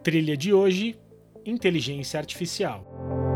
Trilha de hoje, inteligência artificial.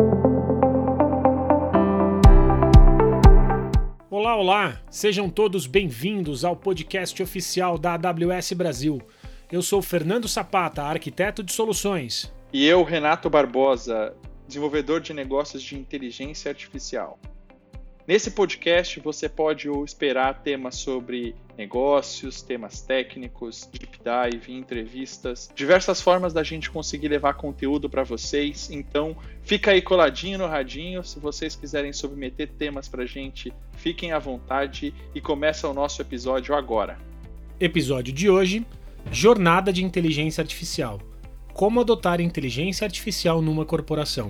Olá, sejam todos bem-vindos ao podcast oficial da AWS Brasil. Eu sou Fernando Sapata, arquiteto de soluções. E eu, Renato Barbosa, desenvolvedor de negócios de inteligência artificial. Nesse podcast você pode esperar temas sobre negócios, temas técnicos, deep dive, entrevistas, diversas formas da gente conseguir levar conteúdo para vocês. Então, fica aí coladinho no radinho. Se vocês quiserem submeter temas para a gente, fiquem à vontade e começa o nosso episódio agora. Episódio de hoje, Jornada de Inteligência Artificial. Como adotar inteligência artificial numa corporação.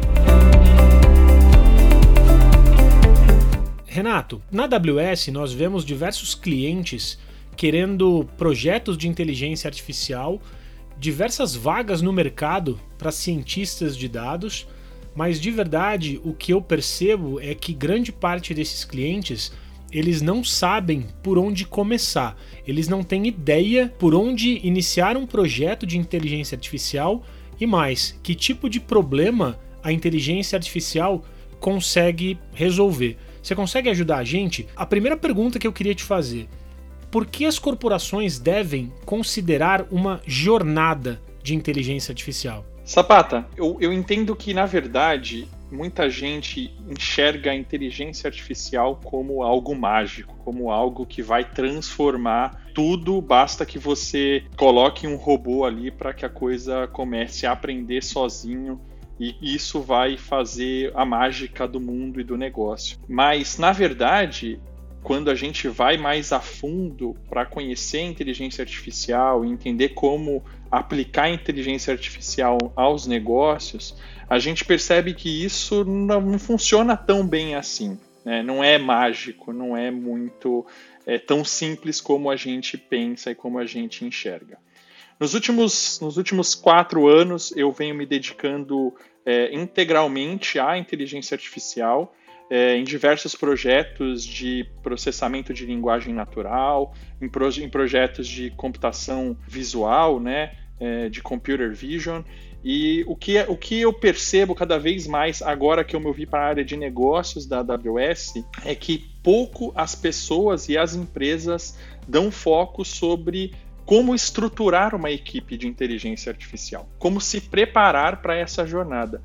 Renato, na AWS nós vemos diversos clientes querendo projetos de inteligência artificial, diversas vagas no mercado para cientistas de dados, mas de verdade o que eu percebo é que grande parte desses clientes eles não sabem por onde começar, eles não têm ideia por onde iniciar um projeto de inteligência artificial e mais, que tipo de problema a inteligência artificial consegue resolver. Você consegue ajudar a gente? A primeira pergunta que eu queria te fazer: por que as corporações devem considerar uma jornada de inteligência artificial? Sapata, eu entendo que, na verdade, muita gente enxerga a inteligência artificial como algo mágico, como algo que vai transformar tudo, basta que você coloque um robô ali para que a coisa comece a aprender sozinho. E isso vai fazer a mágica do mundo e do negócio. Mas, na verdade, quando a gente vai mais a fundo para conhecer a inteligência artificial e entender como aplicar a inteligência artificial aos negócios, a gente percebe que isso não funciona tão bem assim, né? Não é mágico, não é muito tão simples como a gente pensa e como a gente enxerga. Nos últimos 4 anos, eu venho me dedicando integralmente à inteligência artificial em diversos projetos de processamento de linguagem natural, em projetos de computação visual, né, de computer vision. E o que eu percebo cada vez mais agora que eu me movi para a área de negócios da AWS é que pouco as pessoas e as empresas dão foco sobre como estruturar uma equipe de inteligência artificial, como se preparar para essa jornada,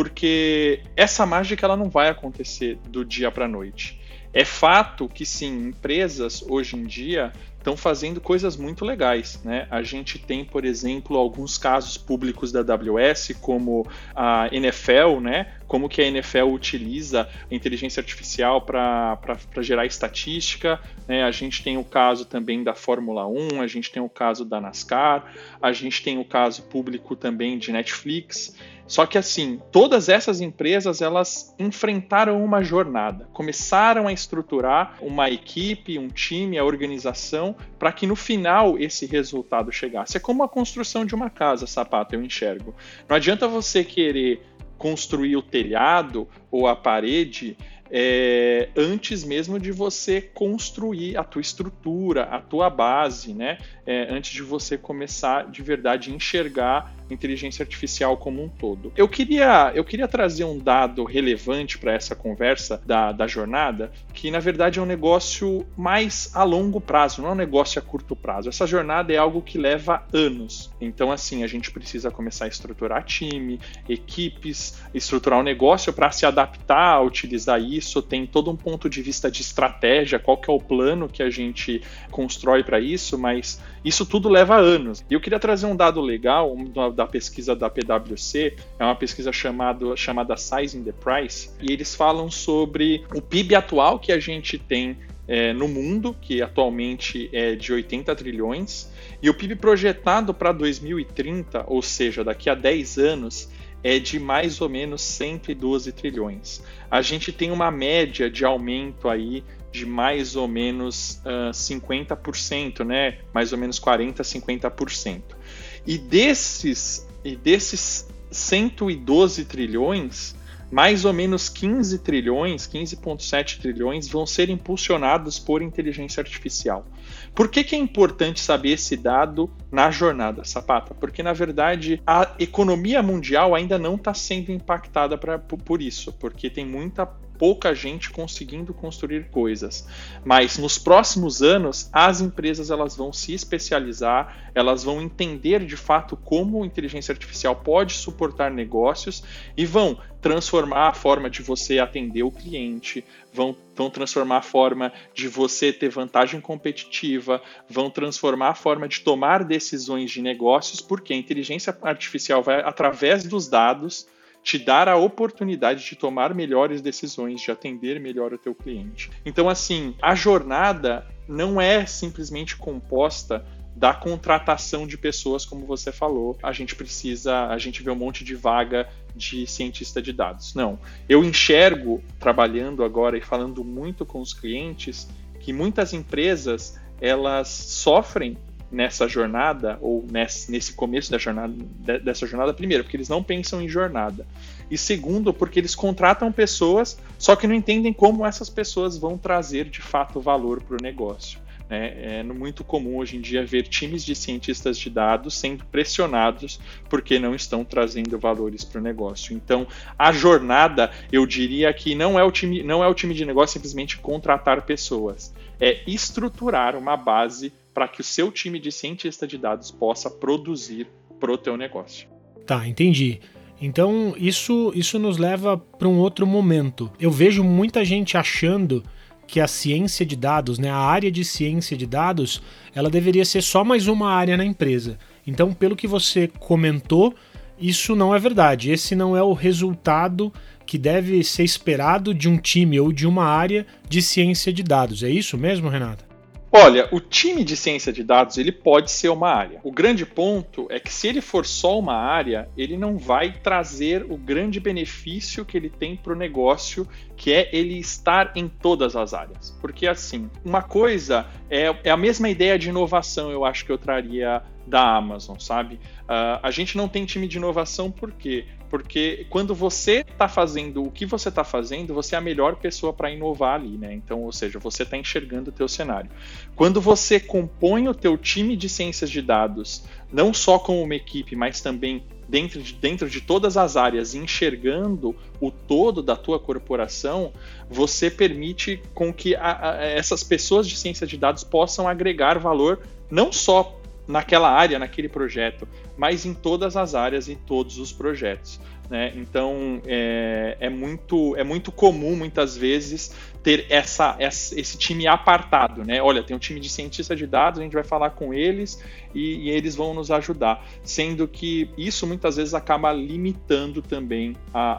porque essa mágica ela não vai acontecer do dia para a noite. É fato que sim, empresas hoje em dia estão fazendo coisas muito legais, né? A gente tem, por exemplo, alguns casos públicos da AWS, como a NFL, né? Como que a NFL utiliza a inteligência artificial para gerar estatística, né? A gente tem o caso também da Fórmula 1, a gente tem o caso da NASCAR, a gente tem o caso público também de Netflix. Só que assim, todas essas empresas elas enfrentaram uma jornada, começaram a estruturar uma equipe, um time, a organização, para que no final esse resultado chegasse. É como a construção de uma casa, Sapata, eu enxergo. Não adianta você querer construir o telhado ou a parede antes mesmo de você construir a tua estrutura, a tua base, né? Antes de você começar de verdade a enxergar a inteligência artificial como um todo. Eu queria trazer um dado relevante para essa conversa da jornada, que na verdade é um negócio mais a longo prazo, não é um negócio a curto prazo. Essa jornada é algo que leva anos. Então assim, a gente precisa começar a estruturar time, equipes, estruturar o negócio para se adaptar a utilizar isso, tem todo um ponto de vista de estratégia, qual que é o plano que a gente constrói para isso, mas isso tudo leva anos. E eu queria trazer um dado legal da pesquisa da PwC, é uma pesquisa chamada Sizing the Price, e eles falam sobre o PIB atual que a gente tem no mundo, que atualmente é de 80 trilhões, e o PIB projetado para 2030, ou seja, daqui a 10 anos, é de mais ou menos 112 trilhões. A gente tem uma média de aumento aí de mais ou menos 50%, né? Mais ou menos 40%, 50%. E desses 112 trilhões, mais ou menos 15 trilhões, 15,7 trilhões vão ser impulsionados por inteligência artificial. Por que é importante saber esse dado na jornada, Sapata? Porque, na verdade, a economia mundial ainda não está sendo impactada por isso, porque tem pouca gente conseguindo construir coisas. Mas nos próximos anos, as empresas elas vão se especializar, elas vão entender de fato como a inteligência artificial pode suportar negócios e vão transformar a forma de você atender o cliente, vão transformar a forma de você ter vantagem competitiva, vão transformar a forma de tomar decisões de negócios, porque a inteligência artificial vai, através dos dados, te dar a oportunidade de tomar melhores decisões, de atender melhor o teu cliente. Então, assim, a jornada não é simplesmente composta da contratação de pessoas, como você falou. A gente vê um monte de vaga de cientista de dados. Não. Eu enxergo, trabalhando agora e falando muito com os clientes, que muitas empresas, elas sofrem nessa jornada, ou nesse começo dessa jornada, primeiro, porque eles não pensam em jornada, e segundo, porque eles contratam pessoas, só que não entendem como essas pessoas vão trazer de fato valor para o negócio. É muito comum hoje em dia ver times de cientistas de dados sendo pressionados porque não estão trazendo valores para o negócio. Então, a jornada, eu diria que não é o time de negócio simplesmente contratar pessoas, é estruturar uma base para que o seu time de cientista de dados possa produzir para o teu negócio. Tá, entendi. Então, isso nos leva para um outro momento. Eu vejo muita gente achando que a ciência de dados, né, a área de ciência de dados, ela deveria ser só mais uma área na empresa. Então, pelo que você comentou, isso não é verdade. Esse não é o resultado que deve ser esperado de um time ou de uma área de ciência de dados. É isso mesmo, Renato? Olha, o time de ciência de dados ele pode ser uma área. O grande ponto é que se ele for só uma área, ele não vai trazer o grande benefício que ele tem para o negócio, que é ele estar em todas as áreas. Porque assim, uma coisa é a mesma ideia de inovação, eu acho que eu traria da Amazon, sabe? A gente não tem time de inovação por quê? Porque quando você está fazendo o que você está fazendo, você é a melhor pessoa para inovar ali, né? Então, ou seja, você está enxergando o teu cenário. Quando você compõe o teu time de ciências de dados, não só como uma equipe, mas também dentro de todas as áreas, enxergando o todo da tua corporação, você permite com que essas pessoas de ciência de dados possam agregar valor não só naquela área, naquele projeto, mas em todas as áreas e todos os projetos, né? Então, é muito comum, muitas vezes, ter esse time apartado, né? Olha, tem um time de cientista de dados, a gente vai falar com eles e eles vão nos ajudar, sendo que isso muitas vezes acaba limitando também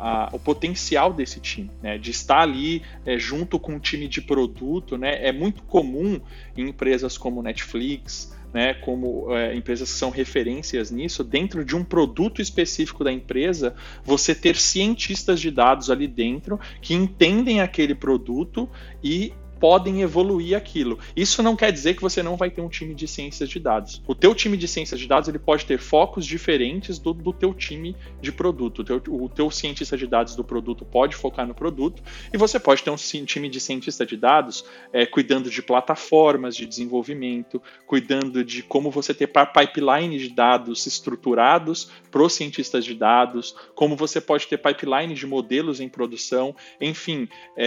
o potencial desse time, né? De estar ali junto com um time de produto, né? É muito comum em empresas como Netflix, né, como empresas que são referências nisso, dentro de um produto específico da empresa, você ter cientistas de dados ali dentro que entendem aquele produto e podem evoluir aquilo. Isso não quer dizer que você não vai ter um time de ciências de dados. O teu time de ciências de dados ele pode ter focos diferentes do teu time de produto. O teu cientista de dados do produto pode focar no produto e você pode ter um time de cientista de dados cuidando de plataformas de desenvolvimento, cuidando de como você ter pipeline de dados estruturados para os cientistas de dados, como você pode ter pipeline de modelos em produção, enfim,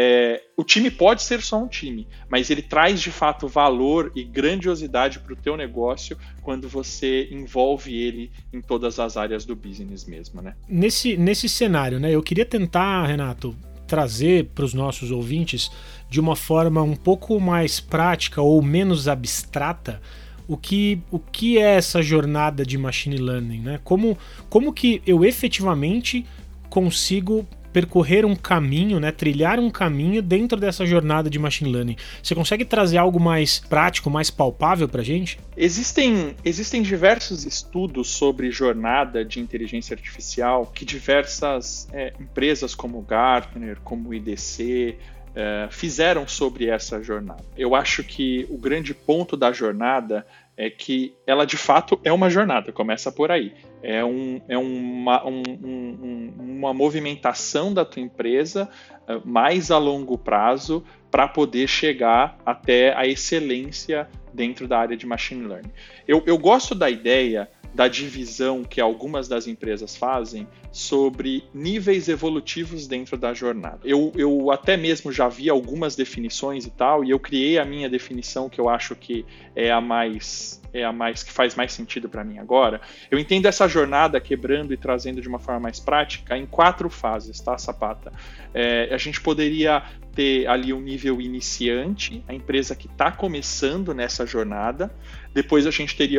o time pode ser só um time, mas ele traz de fato valor e grandiosidade para o teu negócio quando você envolve ele em todas as áreas do business mesmo, né? Nesse cenário, né, eu queria tentar, Renato, trazer para os nossos ouvintes de uma forma um pouco mais prática ou menos abstrata o que é essa jornada de machine learning, né? Como que eu efetivamente consigo percorrer um caminho, né, trilhar um caminho dentro dessa jornada de machine learning. Você consegue trazer algo mais prático, mais palpável para a gente? Existem diversos estudos sobre jornada de inteligência artificial que diversas empresas como Gartner, como o IDC, fizeram sobre essa jornada. Eu acho que o grande ponto da jornada é que ela de fato é uma jornada, começa por aí. É uma movimentação da tua empresa mais a longo prazo para poder chegar até a excelência dentro da área de machine learning. Eu gosto da ideia da divisão que algumas das empresas fazem sobre níveis evolutivos dentro da jornada. Eu até mesmo já vi algumas definições e tal, e eu criei a minha definição, que eu acho que é a mais que faz mais sentido para mim agora. Eu entendo essa jornada quebrando e trazendo de uma forma mais prática em 4 fases, tá, Sapata? A gente poderia ter ali um nível iniciante, a empresa que está começando nessa jornada. Depois a gente teria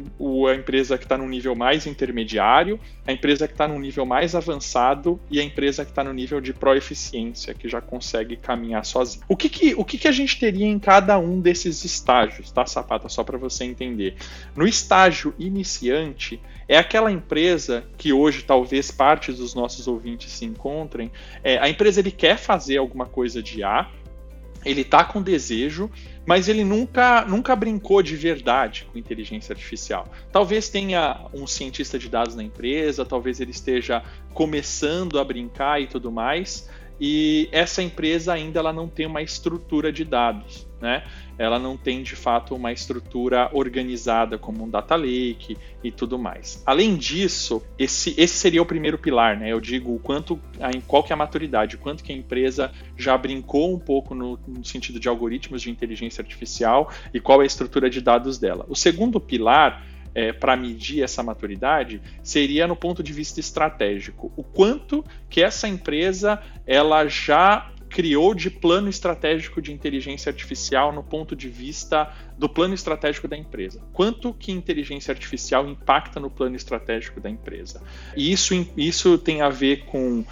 a empresa que está no nível mais intermediário, a empresa que está no nível mais avançado e a empresa que está no nível de proeficiência, que já consegue caminhar sozinha. O que a gente teria em cada um desses estágios, tá, Sapata? Só para você entender. No estágio iniciante, é aquela empresa que hoje talvez parte dos nossos ouvintes se encontrem. A empresa ele quer fazer alguma coisa de A, ele está com desejo, mas ele nunca brincou de verdade com inteligência artificial. Talvez tenha um cientista de dados na empresa, talvez ele esteja começando a brincar e tudo mais, e essa empresa ainda ela não tem uma estrutura de dados, né? Ela não tem, de fato, uma estrutura organizada como um data lake e tudo mais. Além disso, esse seria o primeiro pilar, né? Eu digo qual que é a maturidade, o quanto que a empresa já brincou um pouco no sentido de algoritmos de inteligência artificial e qual é a estrutura de dados dela. O segundo pilar, para medir essa maturidade, seria no ponto de vista estratégico. O quanto que essa empresa ela já criou de plano estratégico de inteligência artificial no ponto de vista do plano estratégico da empresa. Quanto que inteligência artificial impacta no plano estratégico da empresa? E isso tem a ver com,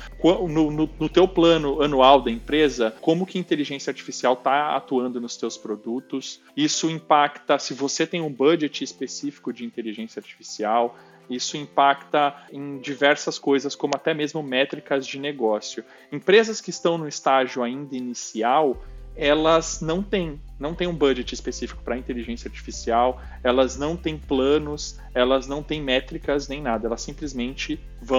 no teu plano anual da empresa, como que inteligência artificial está atuando nos teus produtos. Isso impacta se você tem um budget específico de inteligência artificial. Isso impacta em diversas coisas, como até mesmo métricas de negócio. Empresas que estão no estágio ainda inicial, elas não têm um budget específico para inteligência artificial, elas não têm planos, elas não têm métricas nem nada, elas simplesmente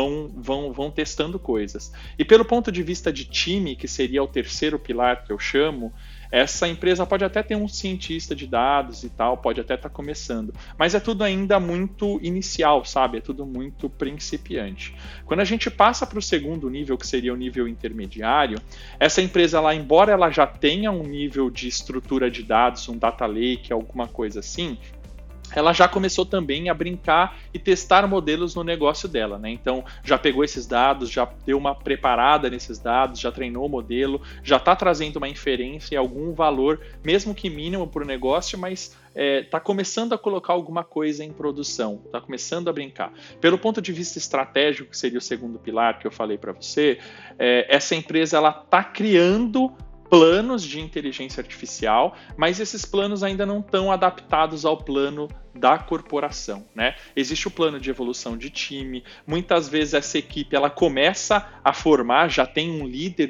vão testando coisas. E pelo ponto de vista de time, que seria o terceiro pilar que eu chamo, essa empresa pode até ter um cientista de dados e tal, pode até estar começando, mas é tudo ainda muito inicial, sabe? É tudo muito principiante. Quando a gente passa para o segundo nível, que seria o nível intermediário, essa empresa, embora ela já tenha um nível de estrutura de dados, um data lake, alguma coisa assim, ela já começou também a brincar e testar modelos no negócio dela, né? Então, já pegou esses dados, já deu uma preparada nesses dados, já treinou o modelo, já está trazendo uma inferência e algum valor, mesmo que mínimo para o negócio, mas está começando a colocar alguma coisa em produção, está começando a brincar. Pelo ponto de vista estratégico, que seria o segundo pilar que eu falei para você, essa empresa está criando planos de inteligência artificial, mas esses planos ainda não estão adaptados ao plano da corporação, né? Existe o plano de evolução de time, muitas vezes essa equipe ela começa a formar, já tem um líder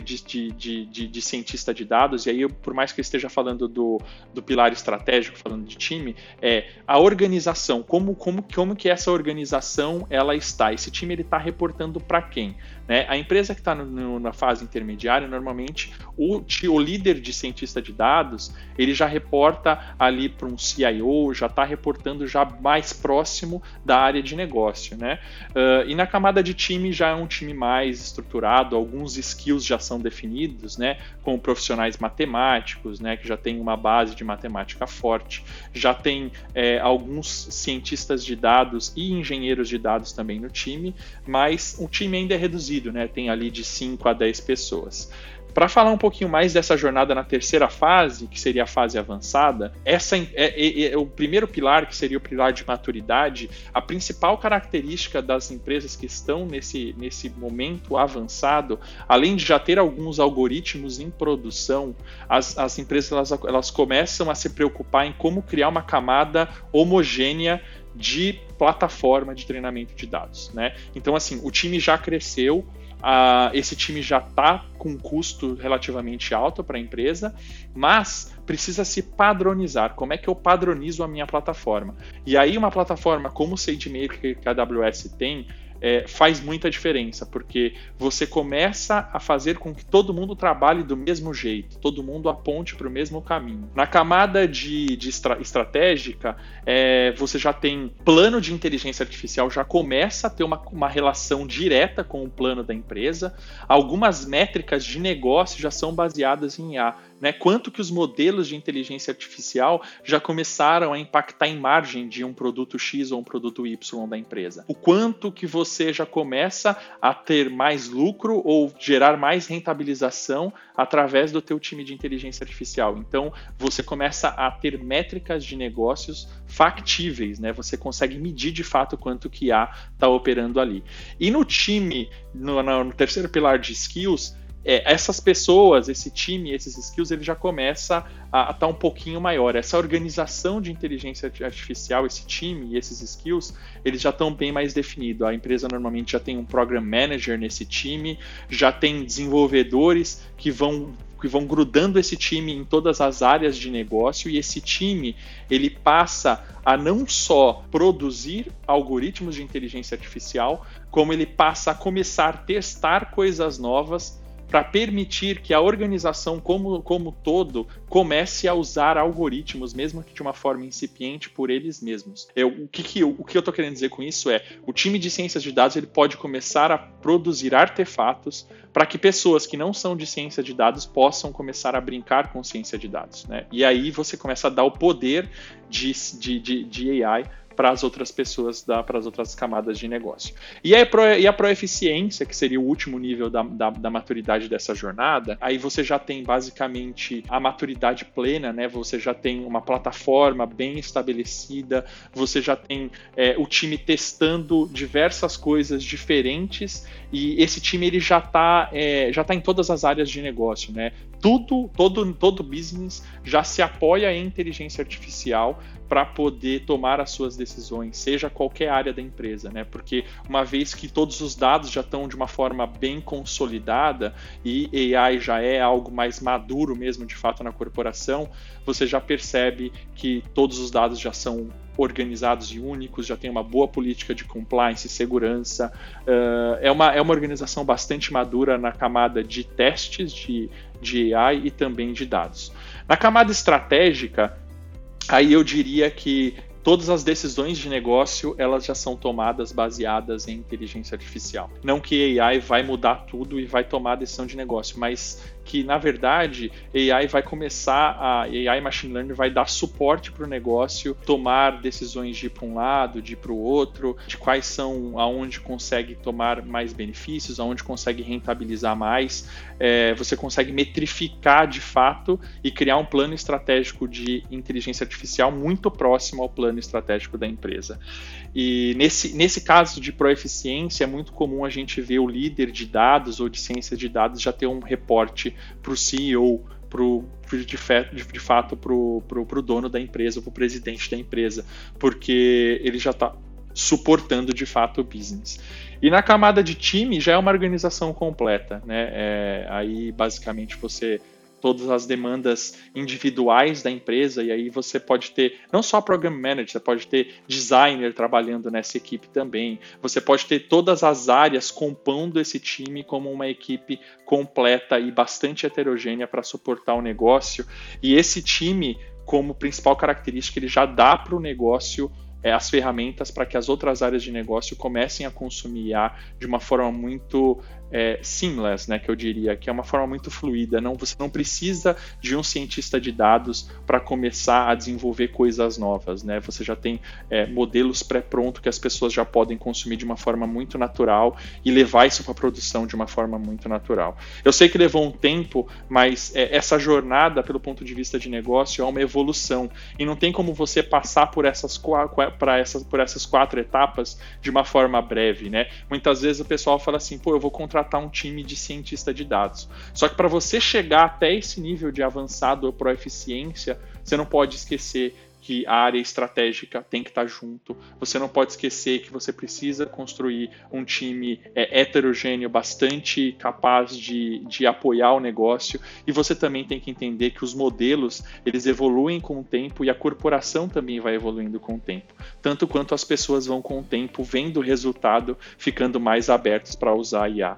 de cientista de dados, e aí por mais que eu esteja falando do pilar estratégico, falando de time, a organização, como que essa organização ela está, esse time ele está reportando para quem? Né? A empresa que está na fase intermediária, normalmente o líder de cientista de dados, ele já reporta ali para um CIO, já está reportando já mais próximo da área de negócio, né? E na camada de time já é um time mais estruturado, alguns skills já são definidos, né? Com profissionais matemáticos, né? Que já tem uma base de matemática forte, já tem alguns cientistas de dados e engenheiros de dados também no time, mas o time ainda é reduzido, né? Tem ali de 5 a 10 pessoas. Para falar um pouquinho mais dessa jornada na terceira fase, que seria a fase avançada, essa é o primeiro pilar, que seria o pilar de maturidade. A principal característica das empresas que estão nesse momento avançado, além de já ter alguns algoritmos em produção, as empresas elas começam a se preocupar em como criar uma camada homogênea de plataforma de treinamento de dados, né? Então, assim, o time já cresceu, esse time já está com um custo relativamente alto para a empresa, mas precisa se padronizar. Como é que eu padronizo a minha plataforma? E aí uma plataforma como o SageMaker que a AWS tem, faz muita diferença, porque você começa a fazer com que todo mundo trabalhe do mesmo jeito, todo mundo aponte para o mesmo caminho. Na camada de estratégica, você já tem plano de inteligência artificial, já começa a ter uma relação direta com o plano da empresa. Algumas métricas de negócio já são baseadas em IA. Quanto que os modelos de inteligência artificial já começaram a impactar em margem de um produto X ou um produto Y da empresa. O quanto que você já começa a ter mais lucro ou gerar mais rentabilização através do teu time de inteligência artificial. Então, você começa a ter métricas de negócios factíveis, né? Você consegue medir de fato quanto que IA está operando ali. E no time, no terceiro pilar de skills, essas pessoas, esse time, esses skills, ele já começa a estar um pouquinho maior. Essa organização de inteligência artificial, esse time e esses skills, eles já estão bem mais definidos. A empresa normalmente já tem um program manager nesse time, já tem desenvolvedores que vão grudando esse time em todas as áreas de negócio, e esse time ele passa a não só produzir algoritmos de inteligência artificial, como ele passa a começar a testar coisas novas para permitir que a organização como todo comece a usar algoritmos, mesmo que de uma forma incipiente, por eles mesmos. O que eu estou querendo dizer com isso o time de ciências de dados ele pode começar a produzir artefatos para que pessoas que não são de ciência de dados possam começar a brincar com ciência de dados, né? E aí você começa a dar o poder de AI para as outras pessoas, para as outras camadas de negócio. E a proeficiência, que seria o último nível da maturidade dessa jornada, aí você já tem basicamente a maturidade plena, né? Você já tem uma plataforma bem estabelecida, você já tem o time testando diversas coisas diferentes, e esse time ele já tá em todas as áreas de negócio, né? Todo business já se apoia em inteligência artificial para poder tomar as suas decisões, seja qualquer área da empresa, né? Porque uma vez que todos os dados já estão de uma forma bem consolidada e AI já é algo mais maduro mesmo de fato na corporação, você já percebe que todos os dados já são organizados e únicos, já tem uma boa política de compliance e segurança. É uma organização bastante madura na camada de testes de AI e também de dados. Na camada estratégica, aí eu diria que todas as decisões de negócio elas já são tomadas baseadas em inteligência artificial. Não que AI vai mudar tudo e vai tomar a decisão de negócio, mas que, na verdade, AI vai começar, AI Machine Learning vai dar suporte para o negócio tomar decisões de ir para um lado, de ir para o outro, de quais são, aonde consegue tomar mais benefícios, aonde consegue rentabilizar mais. Você consegue metrificar de fato e criar um plano estratégico de inteligência artificial muito próximo ao plano estratégico da empresa. E nesse caso de proeficiência, é muito comum a gente ver o líder de dados ou de ciência de dados já ter um reporte para o CEO, de fato para o dono da empresa, para o presidente da empresa, porque ele já está suportando de fato o business. E na camada de time já é uma organização completa, né? Aí basicamente todas as demandas individuais da empresa, e aí você pode ter não só Program Manager, você pode ter designer trabalhando nessa equipe também, você pode ter todas as áreas compondo esse time como uma equipe completa e bastante heterogênea para suportar o negócio, e esse time, como principal característica, ele já dá para o negócio as ferramentas para que as outras áreas de negócio comecem a consumir IA de uma forma muito seamless, né, que eu diria, que é uma forma muito fluida. Você não precisa de um cientista de dados para começar a desenvolver coisas novas, né? Você já tem modelos pré-prontos que as pessoas já podem consumir de uma forma muito natural e levar isso para a produção de uma forma muito natural. Eu sei que levou um tempo, mas essa jornada, pelo ponto de vista de negócio, é uma evolução e não tem como você passar por essas 4 etapas de uma forma breve, né? Muitas vezes o pessoal fala assim, eu vou contratar um time de cientista de dados. Só que para você chegar até esse nível de avançado ou proeficiência, você não pode esquecer que a área estratégica tem que estar junto. Você não pode esquecer que você precisa construir um time heterogêneo, bastante capaz de apoiar o negócio, e você também tem que entender que os modelos, eles evoluem com o tempo e a corporação também vai evoluindo com o tempo, tanto quanto as pessoas vão com o tempo vendo o resultado, ficando mais abertos para usar IA.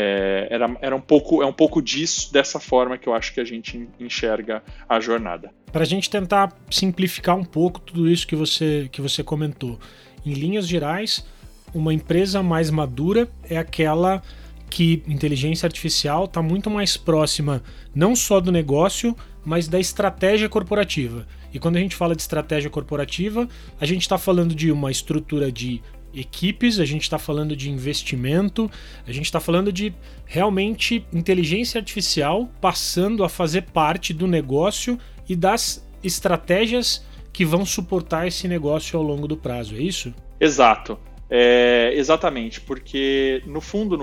É um pouco disso, dessa forma que eu acho que a gente enxerga a jornada. Para a gente tentar simplificar um pouco tudo isso que você comentou, em linhas gerais, uma empresa mais madura é aquela que inteligência artificial está muito mais próxima não só do negócio, mas da estratégia corporativa. E quando a gente fala de estratégia corporativa, a gente está falando de uma estrutura de equipes, a gente está falando de investimento, a gente está falando de realmente inteligência artificial passando a fazer parte do negócio e das estratégias que vão suportar esse negócio ao longo do prazo, é isso? Exato, exatamente, porque no fundo,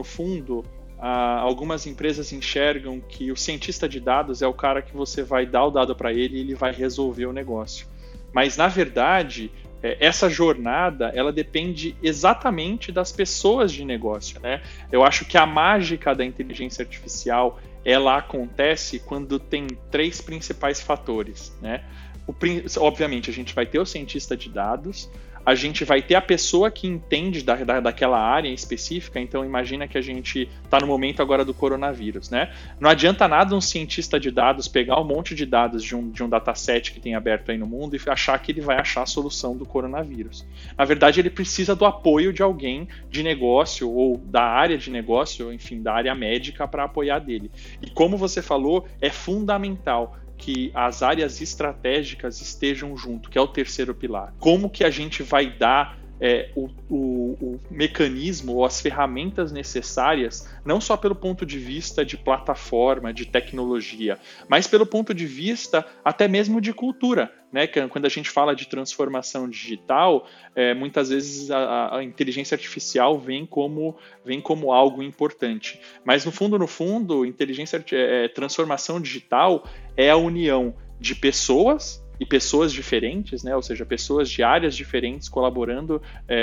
algumas empresas enxergam que o cientista de dados é o cara que você vai dar o dado para ele e ele vai resolver o negócio. Mas, na verdade, essa jornada, ela depende exatamente das pessoas de negócio, né? Eu acho que a mágica da inteligência artificial, ela acontece quando tem 3 principais fatores, né? Obviamente, a gente vai ter o cientista de dados, a gente vai ter a pessoa que entende daquela área específica. Então imagina que a gente está no momento agora do coronavírus, né? Não adianta nada um cientista de dados pegar um monte de dados de um dataset que tem aberto aí no mundo e achar que ele vai achar a solução do coronavírus. Na verdade, ele precisa do apoio de alguém de negócio ou da área de negócio, enfim, da área médica para apoiar dele. E como você falou, é fundamental que as áreas estratégicas estejam junto, que é o terceiro pilar. Como que a gente vai dar o mecanismo ou as ferramentas necessárias, não só pelo ponto de vista de plataforma, de tecnologia, mas pelo ponto de vista até mesmo de cultura, né? Quando a gente fala de transformação digital, muitas vezes a inteligência artificial vem como algo importante. Mas no fundo, transformação digital é a união de pessoas e pessoas diferentes, né? Ou seja, pessoas de áreas diferentes colaborando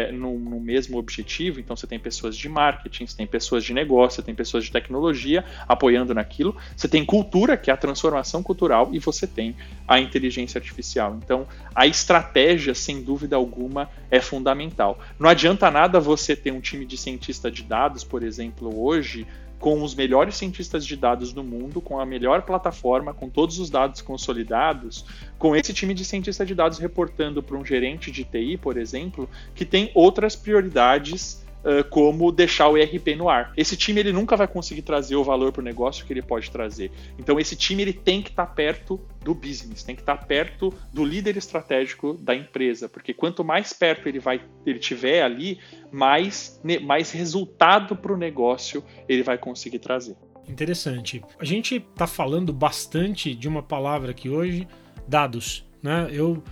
no mesmo objetivo. Então você tem pessoas de marketing, você tem pessoas de negócio, você tem pessoas de tecnologia apoiando naquilo, você tem cultura, que é a transformação cultural, e você tem a inteligência artificial. Então a estratégia, sem dúvida alguma, é fundamental. Não adianta nada você ter um time de cientista de dados, por exemplo, hoje, com os melhores cientistas de dados do mundo, com a melhor plataforma, com todos os dados consolidados, com esse time de cientista de dados reportando para um gerente de TI, por exemplo, que tem outras prioridades, como deixar o ERP no ar. Esse time ele nunca vai conseguir trazer o valor para o negócio que ele pode trazer. Então esse time ele tem que estar perto do business, tem que estar perto do líder estratégico da empresa, porque quanto mais perto ele tiver ali, mais resultado para o negócio ele vai conseguir trazer. Interessante. A gente está falando bastante de uma palavra aqui hoje, dados, né?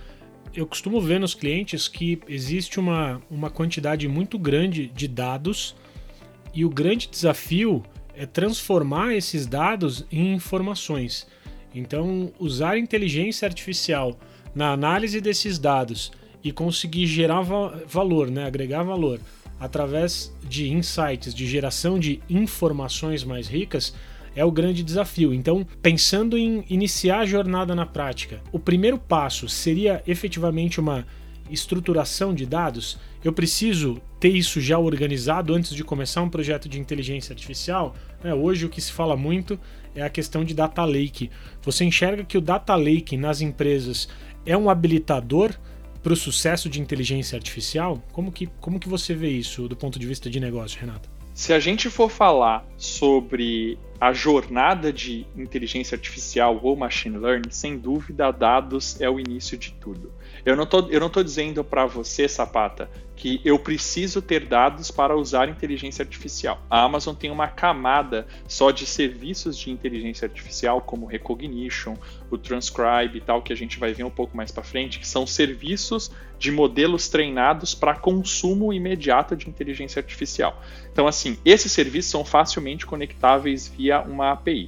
Eu costumo ver nos clientes que existe uma quantidade muito grande de dados e o grande desafio é transformar esses dados em informações. Então, usar inteligência artificial na análise desses dados e conseguir gerar valor, né? Agregar valor através de insights, de geração de informações mais ricas, é o grande desafio. Então, pensando em iniciar a jornada na prática, o primeiro passo seria efetivamente uma estruturação de dados? Eu preciso ter isso já organizado antes de começar um projeto de inteligência artificial? Hoje o que se fala muito é a questão de data lake. Você enxerga que o data lake nas empresas é um habilitador para o sucesso de inteligência artificial? Como que você vê isso do ponto de vista de negócio, Renato? Se a gente for falar sobre a jornada de inteligência artificial ou machine learning, sem dúvida, dados é o início de tudo. Eu não tô dizendo para você, Sapata, que eu preciso ter dados para usar inteligência artificial. A Amazon tem uma camada só de serviços de inteligência artificial, como Recognition, o Transcribe e tal, que a gente vai ver um pouco mais para frente, que são serviços de modelos treinados para consumo imediato de inteligência artificial. Então, assim, esses serviços são facilmente conectáveis via via uma API.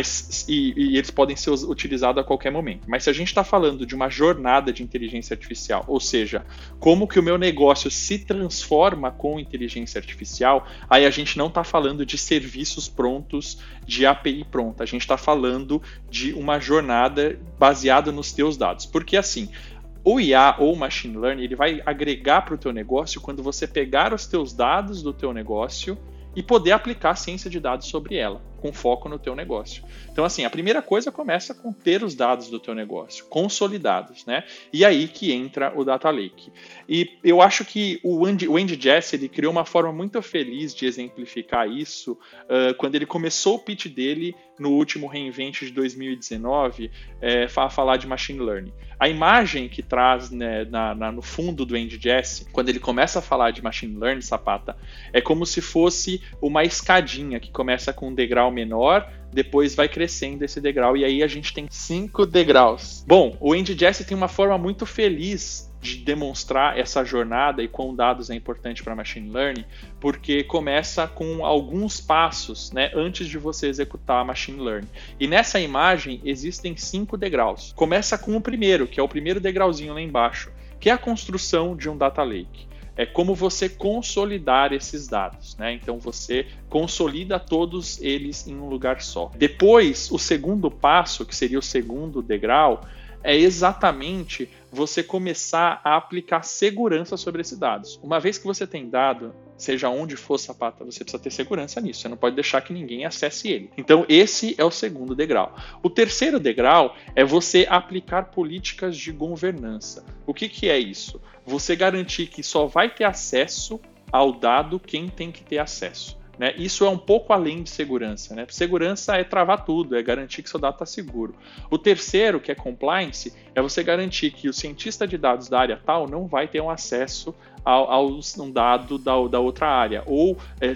E eles podem ser utilizados a qualquer momento. Mas se a gente está falando de uma jornada de inteligência artificial, ou seja, como que o meu negócio se transforma com inteligência artificial, aí a gente não está falando de serviços prontos, de API pronta. A gente está falando de uma jornada baseada nos teus dados. Porque assim, o IA ou o Machine Learning, ele vai agregar para o teu negócio quando você pegar os teus dados do teu negócio e poder aplicar ciência de dados sobre ela, com foco no teu negócio. Então, assim, a primeira coisa começa com ter os dados do teu negócio, consolidados, né? E aí que entra o Data Lake. E eu acho que o Andy Jassy, ele criou uma forma muito feliz de exemplificar isso quando ele começou o pitch dele no último reInvent de 2019, a falar de Machine Learning. A imagem que traz, né, no fundo do Andy Jassy, quando ele começa a falar de Machine Learning, Sapata, é como se fosse uma escadinha que começa com um degrau menor, depois vai crescendo esse degrau, e aí a gente tem 5 degraus. Bom, o Andy Jassy tem uma forma muito feliz de demonstrar essa jornada e quão dados é importante para Machine Learning, porque começa com alguns passos, né, antes de você executar Machine Learning. E nessa imagem existem 5 degraus. Começa com o primeiro, que é o primeiro degrauzinho lá embaixo, que é a construção de um Data Lake. É como você consolidar esses dados, né? Então você consolida todos eles em um lugar só. Depois, o segundo passo, que seria o segundo degrau, é exatamente você começar a aplicar segurança sobre esses dados. Uma vez que você tem dado, seja onde for, Sapata, você precisa ter segurança nisso. Você não pode deixar que ninguém acesse ele. Então, esse é o segundo degrau. O terceiro degrau é você aplicar políticas de governança. O que é isso? Você garantir que só vai ter acesso ao dado quem tem que ter acesso. Né? Isso é um pouco além de segurança. Né? Segurança é travar tudo, é garantir que seu dado está seguro. O terceiro, que é compliance, é você garantir que o cientista de dados da área tal não vai ter um acesso a um dado da outra área, ou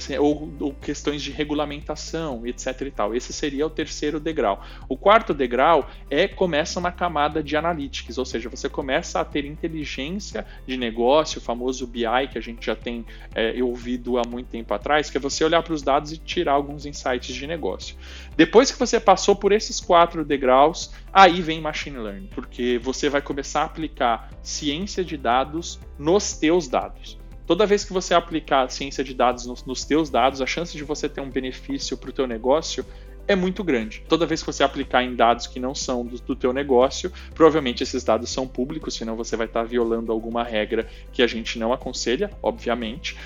questões de regulamentação, etc. e tal. Esse seria o terceiro degrau. O quarto degrau começa uma camada de analytics, ou seja, você começa a ter inteligência de negócio, o famoso BI que a gente já tem ouvido há muito tempo atrás, que é você olhar para os dados e tirar alguns insights de negócio. Depois que você passou por esses 4 degraus, aí vem Machine Learning, porque você vai começar a aplicar ciência de dados nos teus dados. Toda vez que você aplicar ciência de dados nos teus dados, a chance de você ter um benefício para o teu negócio é muito grande. Toda vez que você aplicar em dados que não são do teu negócio, provavelmente esses dados são públicos, senão você vai estar violando alguma regra que a gente não aconselha, obviamente.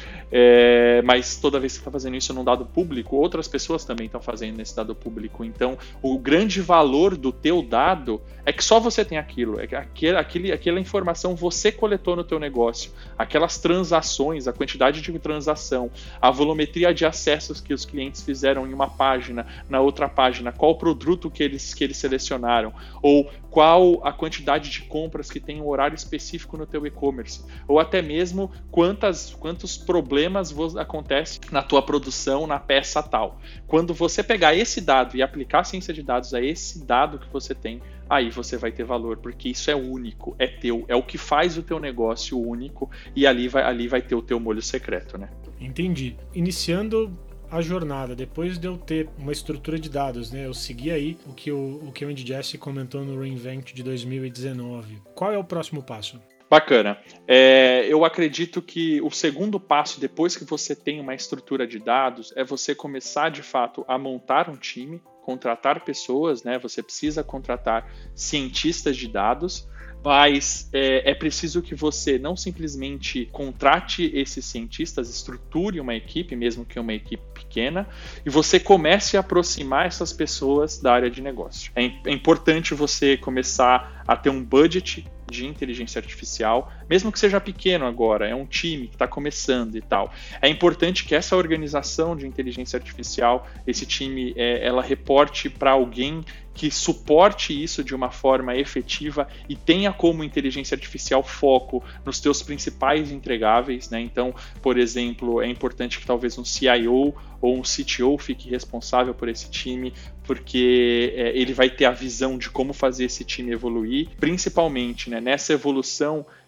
Mas toda vez que você está fazendo isso num dado público, outras pessoas também estão fazendo nesse dado público. Então, o grande valor do teu dado é que só você tem aquilo, aquela informação você coletou no teu negócio, aquelas transações, a quantidade de transação, a volumetria de acessos que os clientes fizeram em uma página, na outra página, qual produto que eles selecionaram, ou qual a quantidade de compras que tem um horário específico no teu e-commerce, ou até mesmo quantos problemas acontecem na tua produção, na peça tal. Quando você pegar esse dado e aplicar a ciência de dados a esse dado que você tem, aí você vai ter valor, porque isso é único, é teu, é o que faz o teu negócio único, e ali vai ter o teu molho secreto, né? Entendi. Iniciando a jornada, depois de eu ter uma estrutura de dados, né? Eu segui aí o que o Andy Jassy comentou no reInvent de 2019. Qual é o próximo passo? Bacana. Eu acredito que o segundo passo, depois que você tem uma estrutura de dados, é você começar, de fato, a montar um time, contratar pessoas, né? Você precisa contratar cientistas de dados, mas é preciso que você não simplesmente contrate esses cientistas, estruture uma equipe, mesmo que uma equipe pequena, e você comece a aproximar essas pessoas da área de negócio. É importante você começar a ter um budget de inteligência artificial, mesmo que seja pequeno agora, é um time que está começando e tal. É importante que essa organização de inteligência artificial, esse time, ela reporte para alguém que suporte isso de uma forma efetiva e tenha como inteligência artificial foco nos teus principais entregáveis, né? Então, por exemplo, é importante que talvez um CIO ou um CTO fique responsável por esse time, porque ele vai ter a visão de como fazer esse time evoluir, principalmente, né, nessa evolução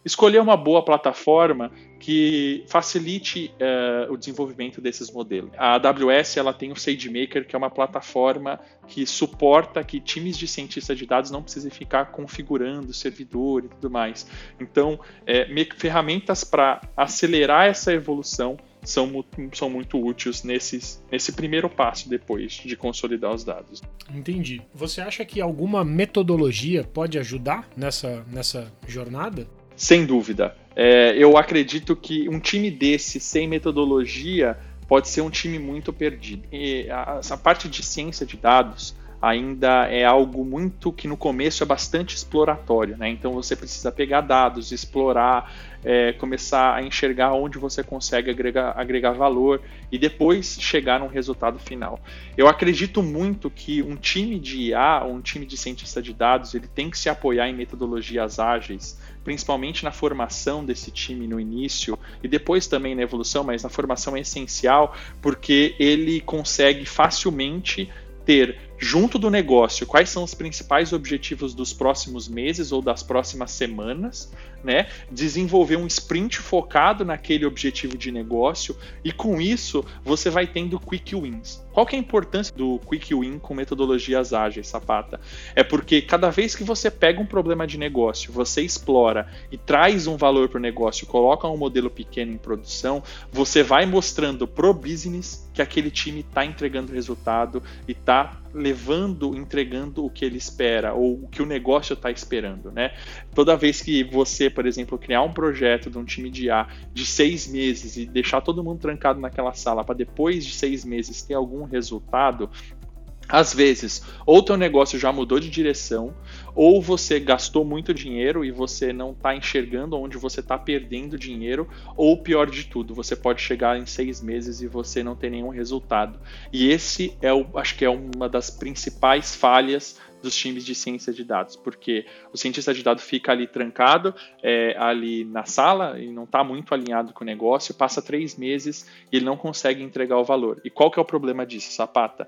escolher uma boa plataforma que facilite o desenvolvimento desses modelos. A AWS ela tem o SageMaker, que é uma plataforma que suporta que times de cientistas de dados não precisem ficar configurando servidor e tudo mais. Então, ferramentas para acelerar essa evolução são muito úteis nesse primeiro passo depois de consolidar os dados. Entendi. Você acha que alguma metodologia pode ajudar nessa jornada? Sem dúvida. Eu acredito que um time desse, sem metodologia, pode ser um time muito perdido. E essa parte de ciência de dados ainda é algo muito que no começo é bastante exploratório, né? Então você precisa pegar dados, explorar, começar a enxergar onde você consegue agregar valor e depois chegar num resultado final. Eu acredito muito que um time de IA, ou um time de cientista de dados, ele tem que se apoiar em metodologias ágeis, principalmente na formação desse time no início e depois também na evolução, mas na formação é essencial porque ele consegue facilmente ter junto do negócio quais são os principais objetivos dos próximos meses ou das próximas semanas, né? Desenvolver um sprint focado naquele objetivo de negócio e com isso você vai tendo quick wins. Qual que é a importância do quick win com metodologias ágeis, Sapata? É porque cada vez que você pega um problema de negócio, você explora e traz um valor para o negócio, coloca um modelo pequeno em produção, você vai mostrando pro business que aquele time está entregando resultado e está entregando o que ele espera ou o que o negócio está esperando, né? Toda vez que você, por exemplo, criar um projeto de um time de IA de 6 meses e deixar todo mundo trancado naquela sala para depois de 6 meses ter algum resultado, às vezes, ou teu negócio já mudou de direção, ou você gastou muito dinheiro e você não está enxergando onde você está perdendo dinheiro, ou pior de tudo, você pode chegar em 6 meses e você não ter nenhum resultado. E esse acho que é uma das principais falhas dos times de ciência de dados, porque o cientista de dados fica ali trancado, ali na sala, e não está muito alinhado com o negócio, passa 3 meses e ele não consegue entregar o valor. E qual que é o problema disso, Sapata?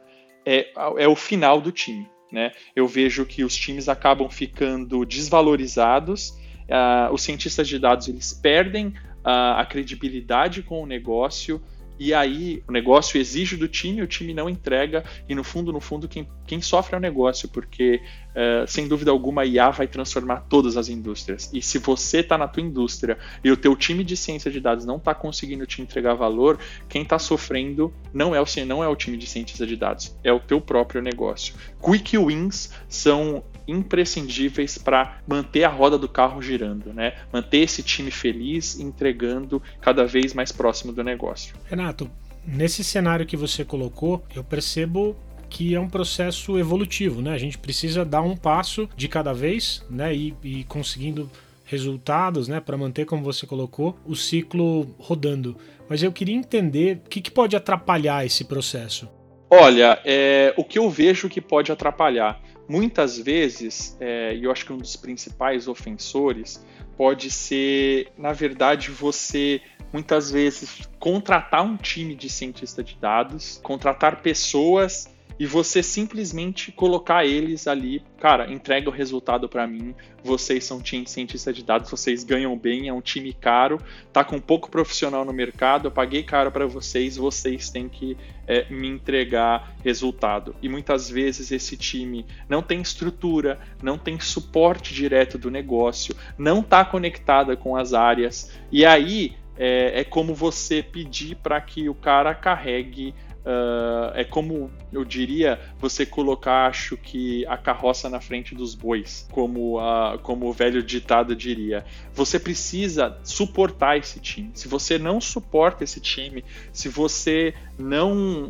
É o final do time, né? Eu vejo que os times acabam ficando desvalorizados, os cientistas de dados eles perdem a credibilidade com o negócio, e aí o negócio exige do time, o time não entrega, e no fundo, quem sofre é o negócio, porque sem dúvida alguma a IA vai transformar todas as indústrias, e se você está na tua indústria e o teu time de ciência de dados não está conseguindo te entregar valor, quem está sofrendo não é o time de cientista de dados, é o teu próprio negócio. Quick wins são imprescindíveis para manter a roda do carro girando, né? Manter esse time feliz, entregando cada vez mais próximo do negócio. Renato, nesse cenário que você colocou, eu percebo que é um processo evolutivo, né? A gente precisa dar um passo de cada vez, né? E conseguindo resultados, né? Para manter, como você colocou, o ciclo rodando. Mas eu queria entender o que pode atrapalhar esse processo. Olha, o que eu vejo que pode atrapalhar, muitas vezes, e eu acho que um dos principais ofensores pode ser, na verdade, você muitas vezes contratar um time de cientista de dados, contratar pessoas e você simplesmente colocar eles ali, cara, entrega o resultado para mim, vocês são time cientista de dados, vocês ganham bem, é um time caro, tá com pouco profissional no mercado, eu paguei caro para vocês têm que me entregar resultado. E muitas vezes esse time não tem estrutura, não tem suporte direto do negócio, não está conectada com as áreas, e aí é como você pedir para que o cara carregue. É como eu diria, você colocar, acho que a carroça na frente dos bois, como o velho ditado diria. Você precisa suportar esse time. Se você não suporta esse time, se você não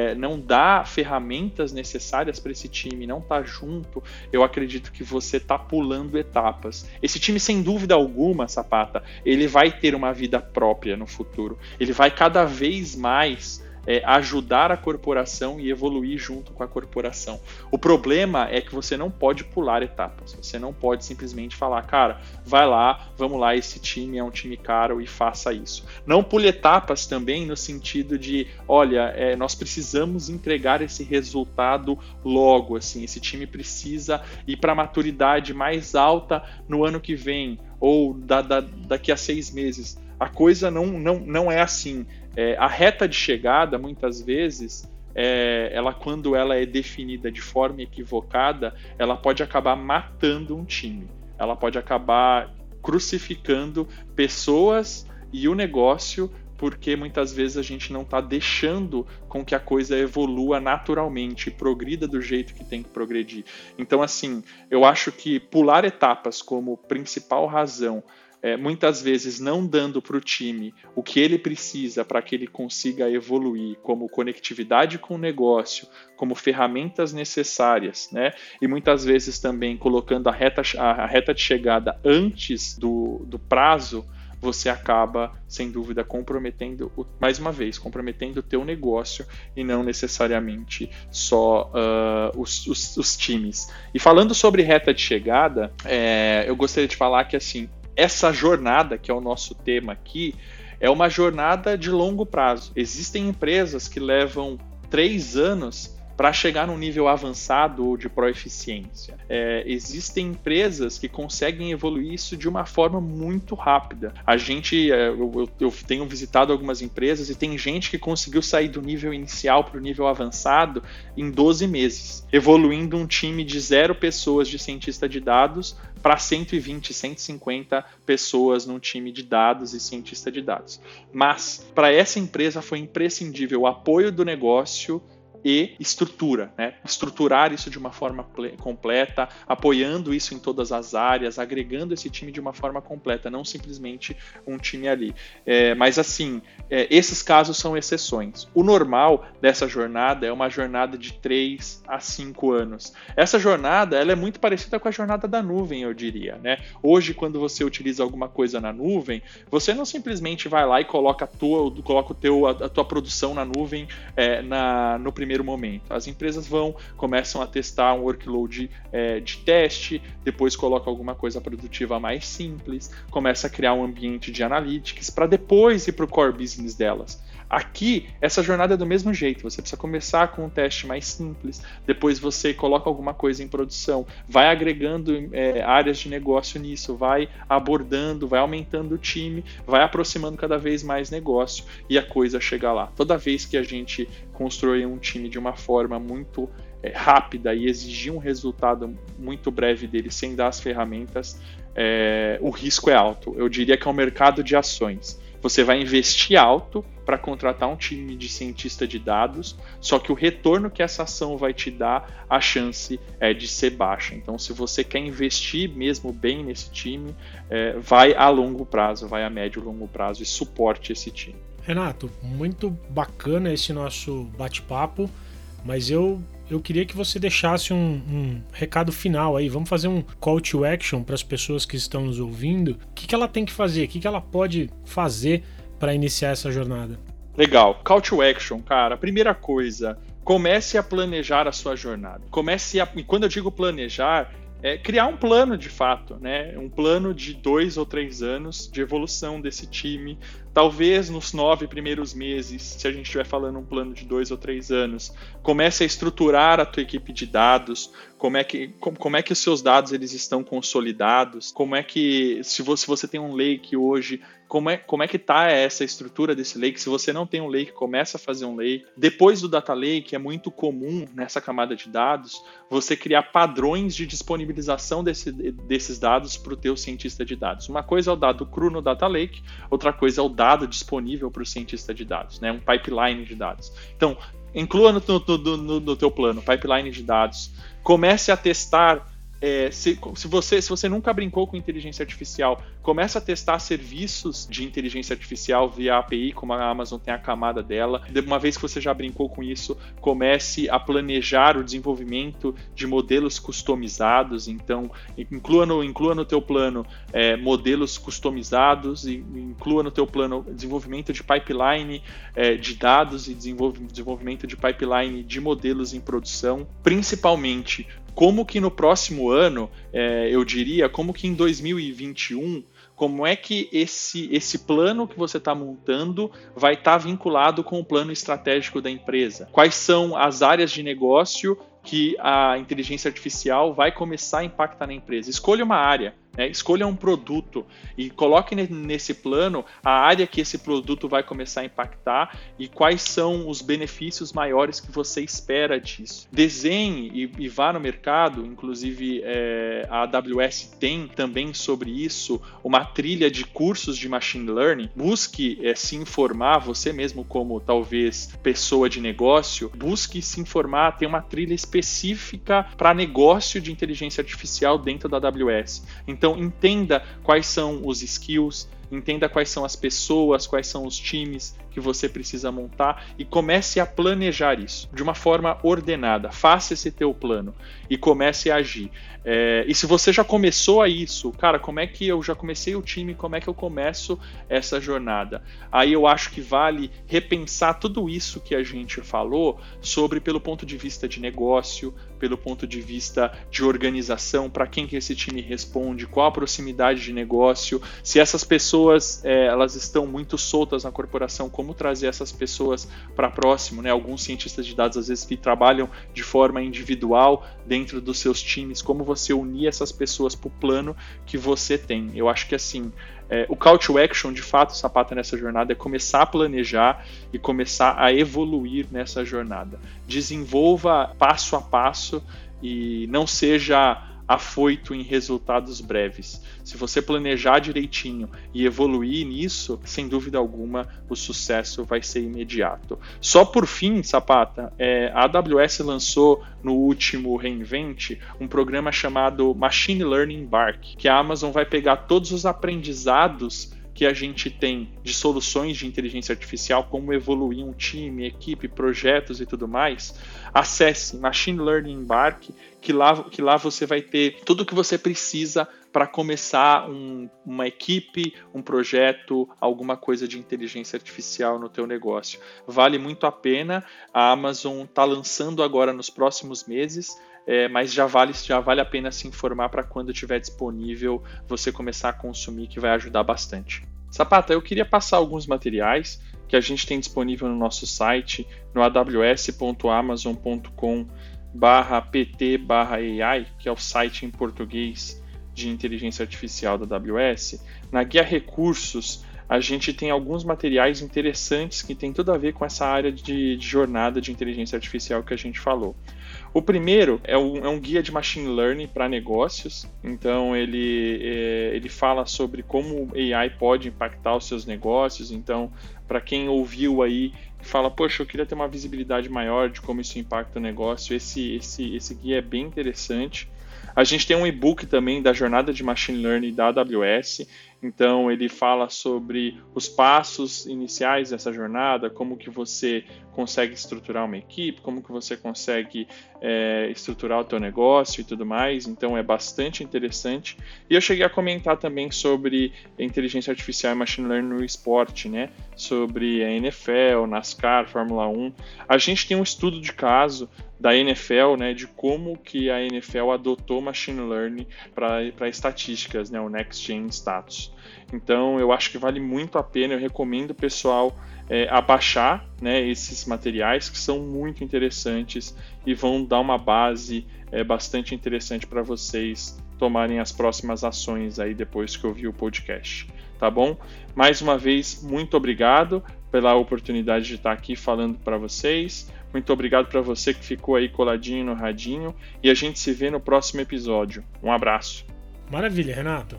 dá ferramentas necessárias para esse time, não está junto, eu acredito que você está pulando etapas. Esse time, sem dúvida alguma, Sapata, ele vai ter uma vida própria no futuro. Ele vai cada vez mais ajudar a corporação e evoluir junto com a corporação. O problema é que você não pode pular etapas, você não pode simplesmente falar, cara, vai lá, vamos lá, esse time é um time caro e faça isso. Não pule etapas também no sentido de, olha, nós precisamos entregar esse resultado logo, assim, esse time precisa ir para a maturidade mais alta no ano que vem, ou daqui a 6 meses. A coisa não é assim. A reta de chegada, muitas vezes, quando ela é definida de forma equivocada, ela pode acabar matando um time. Ela pode acabar crucificando pessoas e o negócio, porque muitas vezes a gente não está deixando com que a coisa evolua naturalmente, progrida do jeito que tem que progredir. Então, assim, eu acho que pular etapas como principal razão, muitas vezes não dando para o time o que ele precisa para que ele consiga evoluir, como conectividade com o negócio, como ferramentas necessárias, né? E muitas vezes também colocando a reta de chegada antes do prazo, você acaba, sem dúvida, comprometendo o teu negócio e não necessariamente só os times. E falando sobre reta de chegada, eu gostaria de falar que, assim, essa jornada, que é o nosso tema aqui, é uma jornada de longo prazo. Existem empresas que levam 3 anos para chegar num nível avançado ou de proeficiência. Existem empresas que conseguem evoluir isso de uma forma muito rápida. Eu tenho visitado algumas empresas e tem gente que conseguiu sair do nível inicial para o nível avançado em 12 meses, evoluindo um time de 0 pessoas de cientista de dados para 120, 150 pessoas num time de dados e cientista de dados. Mas, para essa empresa foi imprescindível o apoio do negócio e estrutura, né? Estruturar isso de uma forma completa, apoiando isso em todas as áreas, agregando esse time de uma forma completa, não simplesmente um time ali. Mas assim, esses casos são exceções. O normal dessa jornada é uma jornada de 3 a 5 anos. Essa jornada ela é muito parecida com a jornada da nuvem, eu diria, né? Hoje, quando você utiliza alguma coisa na nuvem, você não simplesmente vai lá e coloca a tua produção na nuvem no primeiro momento. As empresas começam a testar um workload de teste, depois coloca alguma coisa produtiva mais simples, começa a criar um ambiente de analytics para depois ir para o core business delas. Aqui, essa jornada é do mesmo jeito, você precisa começar com um teste mais simples, depois você coloca alguma coisa em produção, vai agregando áreas de negócio nisso, vai abordando, vai aumentando o time, vai aproximando cada vez mais negócio e a coisa chega lá. Toda vez que a gente constrói um time de uma forma muito rápida e exigir um resultado muito breve dele sem dar as ferramentas, o risco é alto. Eu diria que é um mercado de ações. Você vai investir alto para contratar um time de cientista de dados, só que o retorno que essa ação vai te dar, a chance é de ser baixa. Então, se você quer investir mesmo bem nesse time, vai a longo prazo, vai a médio e longo prazo e suporte esse time. Renato, muito bacana esse nosso bate-papo, mas eu queria que você deixasse um recado final aí. Vamos fazer um call to action para as pessoas que estão nos ouvindo. O que ela tem que fazer? O que ela pode fazer para iniciar essa jornada? Legal. Call to action, cara. Primeira coisa, comece a planejar a sua jornada. E quando eu digo planejar, criar um plano de fato, né? Um plano de 2 ou 3 anos de evolução desse time. Talvez nos 9 primeiros meses, se a gente estiver falando um plano de 2 ou 3 anos, comece a estruturar a tua equipe de dados, como é que os seus dados eles estão consolidados, como é que, se você tem um lake hoje, como é que está essa estrutura desse lake. Se você não tem um lake, começa a fazer um lake. Depois do data lake, é muito comum nessa camada de dados você criar padrões de disponibilização desses dados para o teu cientista de dados. Uma coisa é o dado cru no data lake, outra coisa é o dado disponível para o cientista de dados, né? Um pipeline de dados. Então, inclua no teu plano pipeline de dados. Comece a testar Se você nunca brincou com inteligência artificial, começa a testar serviços de inteligência artificial via API, como a Amazon tem a camada dela. Uma vez que você já brincou com isso, comece a planejar o desenvolvimento de modelos customizados. Então, inclua no teu plano modelos customizados, e inclua no teu plano desenvolvimento de pipeline de dados e desenvolvimento de pipeline de modelos em produção, principalmente como que no próximo ano, eu diria, como que em 2021, como é que esse plano que você está montando vai estar vinculado com o plano estratégico da empresa? Quais são as áreas de negócio que a inteligência artificial vai começar a impactar na empresa? Escolha uma área. Escolha um produto e coloque nesse plano a área que esse produto vai começar a impactar e quais são os benefícios maiores que você espera disso. Desenhe e vá no mercado, inclusive a AWS tem também sobre isso uma trilha de cursos de Machine Learning. Busque se informar, você mesmo como talvez pessoa de negócio, busque se informar, tem uma trilha específica para negócio de inteligência artificial dentro da AWS. Então, entenda quais são os skills, entenda quais são as pessoas, quais são os times que você precisa montar e comece a planejar isso de uma forma ordenada. Faça esse teu plano e comece a agir. E se você já começou a isso, cara, como é que eu já comecei o time, como é que eu começo essa jornada? Aí eu acho que vale repensar tudo isso que a gente falou pelo ponto de vista de negócio, pelo ponto de vista de organização, para quem que esse time responde, qual a proximidade de negócio, se essas pessoas elas estão muito soltas na corporação, como trazer essas pessoas para próximo, né? Alguns cientistas de dados às vezes que trabalham de forma individual dentro dos seus times, como você unir essas pessoas para o plano que você tem. Eu acho que assim, o call to action, de fato, Sapata, nessa jornada é começar a planejar e começar a evoluir nessa jornada. Desenvolva passo a passo e não seja afoito em resultados breves. Se você planejar direitinho e evoluir nisso, sem dúvida alguma, o sucesso vai ser imediato. Só por fim, Sapata, a AWS lançou no último reInvent um programa chamado Machine Learning Embark, que a Amazon vai pegar todos os aprendizados que a gente tem de soluções de inteligência artificial, como evoluir um time, equipe, projetos e tudo mais. Acesse Machine Learning Embark, que lá você vai ter tudo o que você precisa para começar uma equipe, um projeto, alguma coisa de inteligência artificial no teu negócio. Vale muito a pena. A Amazon está lançando agora nos próximos meses, mas já vale a pena se informar para quando estiver disponível você começar a consumir, que vai ajudar bastante. Sapata, eu queria passar alguns materiais que a gente tem disponível no nosso site, no aws.amazon.com/pt/AI, que é o site em português de inteligência artificial da AWS. Na guia recursos, a gente tem alguns materiais interessantes que tem tudo a ver com essa área de jornada de inteligência artificial que a gente falou. O primeiro é um guia de machine learning para negócios. Então ele fala sobre como AI pode impactar os seus negócios. Então, para quem ouviu aí e fala, poxa, eu queria ter uma visibilidade maior de como isso impacta o negócio, esse guia é bem interessante. A gente tem um e-book também da jornada de Machine Learning da AWS, então ele fala sobre os passos iniciais dessa jornada, como que você consegue estruturar uma equipe, como que você consegue estruturar o teu negócio e tudo mais, então é bastante interessante. E eu cheguei a comentar também sobre inteligência artificial e Machine Learning no esporte, né? Sobre a NFL, NASCAR, Fórmula 1. A gente tem um estudo de caso da NFL, né, de como que a NFL adotou Machine Learning para estatísticas, né, o Next Gen Status. Então, eu acho que vale muito a pena, eu recomendo o pessoal abaixar, né, esses materiais que são muito interessantes e vão dar uma base bastante interessante para vocês tomarem as próximas ações aí depois que ouvir o podcast, tá bom? Mais uma vez, muito obrigado pela oportunidade de estar aqui falando para vocês. Muito obrigado para você que ficou aí coladinho no radinho e a gente se vê no próximo episódio. Um abraço. Maravilha, Renato.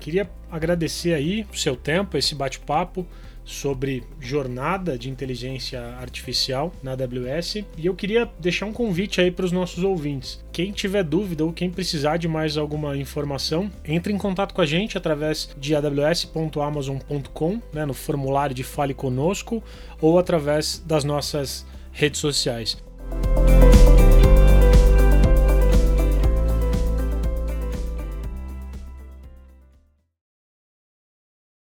Queria agradecer aí o seu tempo, esse bate-papo sobre jornada de inteligência artificial na AWS, e eu queria deixar um convite aí para os nossos ouvintes. Quem tiver dúvida ou quem precisar de mais alguma informação, entre em contato com a gente através de aws.amazon.com, né, no formulário de Fale Conosco, ou através das nossas redes sociais.